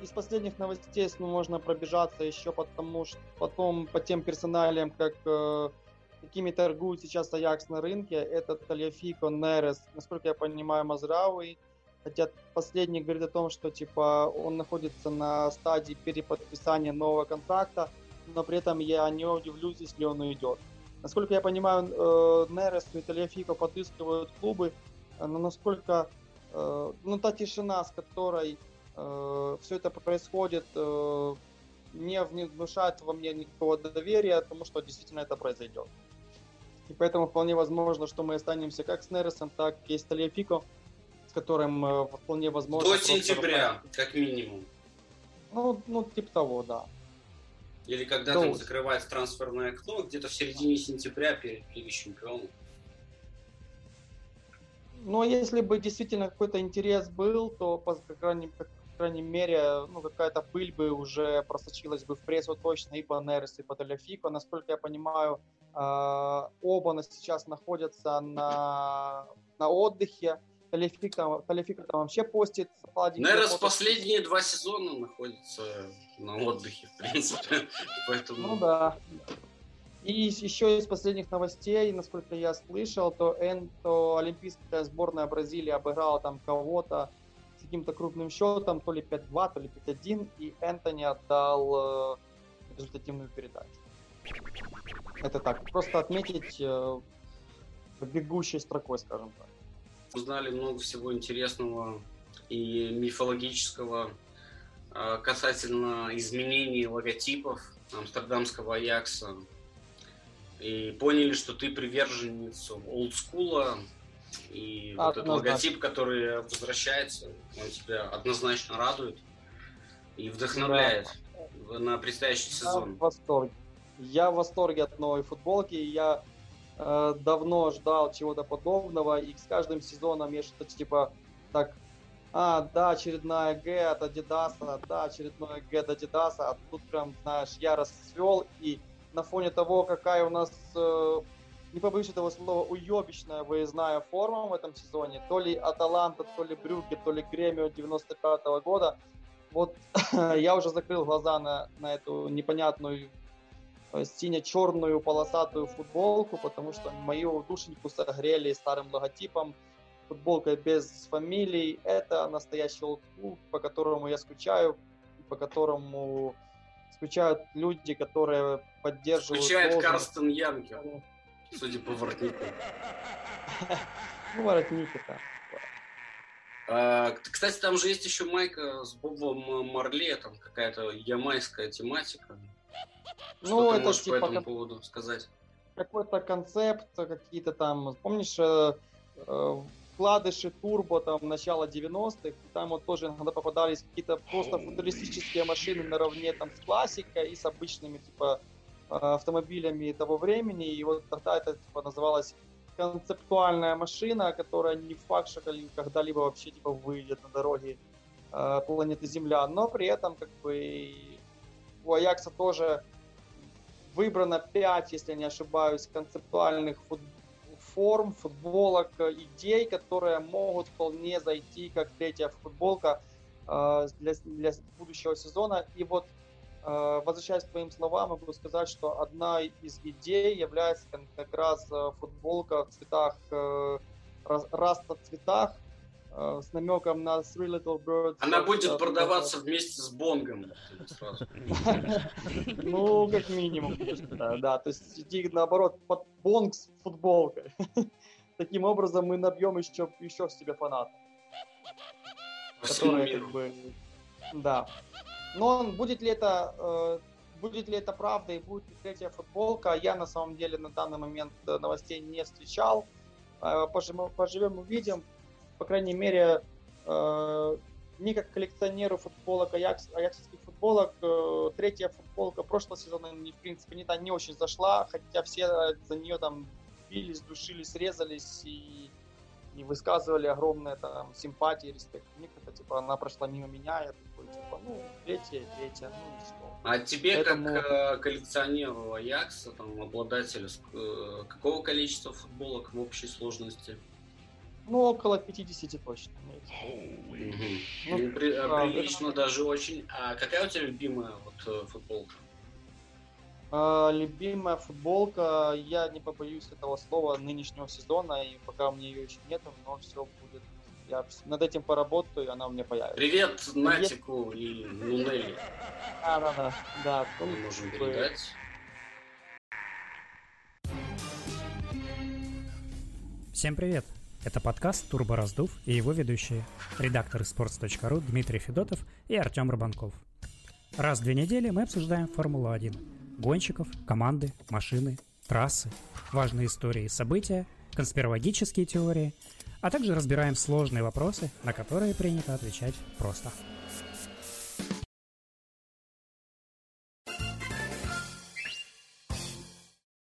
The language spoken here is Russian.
из последних новостей, если можно пробежаться еще потому, что потом по тем персоналиям, какими торгует сейчас Аякс на рынке, это Талиафико, Нерес, насколько я понимаю, Мазрауи. Хотя последний говорит о том, что типа он находится на стадии переподписания нового контракта, но при этом я не удивлюсь, если он уйдет. Насколько я понимаю, Нерес и Талиафико подыскивают клубы, но насколько та тишина, с которой все это происходит, не внушает во мне никакого доверия тому, что действительно это произойдет. И поэтому вполне возможно, что мы останемся как с Нересом, так и с Талиафико, с которым вполне возможно... До сентября, как минимум. Типа того, да. Или когда там закрывается трансферное окно, где-то в середине сентября перед Лигой Чемпионов. Но если бы действительно какой-то интерес был, то, по крайней мере, какая-то пыль бы уже просочилась бы в прессу точно и по Нересу, и по Талиафико. Насколько я понимаю, оба сейчас находятся на отдыхе. Талиафико там вообще постит. Нерес последние 2 сезона находится на отдыхе, в принципе. Поэтому... да. И еще из последних новостей, насколько я слышал, то олимпийская сборная Бразилии обыграла там кого-то с каким-то крупным счетом, то ли 5-2, то ли 5-1, и Энтони отдал результативную передачу. Это так, просто отметить бегущей строкой, скажем так. Узнали много всего интересного и мифологического касательно изменений логотипов амстердамского Аякса. И поняли, что ты приверженец олдскула, и вот этот логотип, который возвращается, он тебя однозначно радует и вдохновляет на предстоящий сезон. Я в восторге от новой футболки, я давно ждал чего-то подобного, и с каждым сезоном я что-то типа так, очередная Г от Адидаса, очередная Г от Адидаса, а тут прям, знаешь, я расцвел, и на фоне того, какая у нас, не побоюсь этого слова, уебищная выездная форма в этом сезоне, то ли Аталанта, то ли Брюгге, то ли Гремио 95-го года, вот я уже закрыл глаза на эту непонятную сине-черную полосатую футболку, потому что мою душеньку согрели старым логотипом, футболкой без фамилий. Это настоящий олдскул, по которому я скучаю, по которому скучают люди, которые поддерживают... Скучает Карстен Янкер, судя по воротнику. Воротники-то. Кстати, там же есть еще майка с Бобом Марле, там какая-то ямайская тематика. Что ты можешь по этому поводу сказать? Какой-то концепт, какие-то там, помнишь, вкладыши турбо там начала 90-х, там вот тоже иногда попадались какие-то просто футуристические машины наравне там с классикой и с обычными типа автомобилями того времени, и вот тогда это типа называлось концептуальная машина, которая не факт, что когда-либо вообще типа выйдет на дороги планеты Земля, но при этом как бы у Аякса тоже выбрано 5, если я не ошибаюсь, концептуальных форм, футболок, идей, которые могут вполне зайти как третья футболка для будущего сезона. И вот, возвращаясь к твоим словам, могу сказать, что одна из идей является как раз футболка в цветах, растоцветах, с намеком на Three Little Birds. Она будет продаваться вместе с бонгом. Ну, как минимум. Да, то есть идти наоборот под бонг с футболкой. Таким образом мы набьем еще в себе фанатов. Которые как бы... Да. Но будет ли это правда и будет ли третья футболка, я на самом деле на данный момент новостей не встречал. Поживем увидим. По крайней мере, мне как коллекционеру футболок, аяксовских футболок, третья футболка прошлого сезона, в принципе, не очень зашла, хотя все за нее там бились, душились, резались и высказывали огромные там симпатии, респект. Мне как-то, типа, она прошла мимо меня, я такой, типа, третья, ну и что. А тебе, как коллекционеру Аякса, там, обладателю, какого количества футболок в общей сложности? Ну, около 50 точно. Ну, прилично даже очень. А какая у тебя любимая футболка? Любимая футболка, я не побоюсь этого слова, нынешнего сезона, и пока у меня ее еще нету, но все будет. Я над этим поработаю, и она у меня появится. Привет Натику и Нунелли. Да. Мы можем передать. Всем привет! Это подкаст «Турбо Раздув» и его ведущие, редакторы sports.ru Дмитрий Федотов и Артем Рыбанков. Раз в 2 недели мы обсуждаем Формулу-1, гонщиков, команды, машины, трассы, важные истории и события, конспирологические теории, а также разбираем сложные вопросы, на которые принято отвечать просто.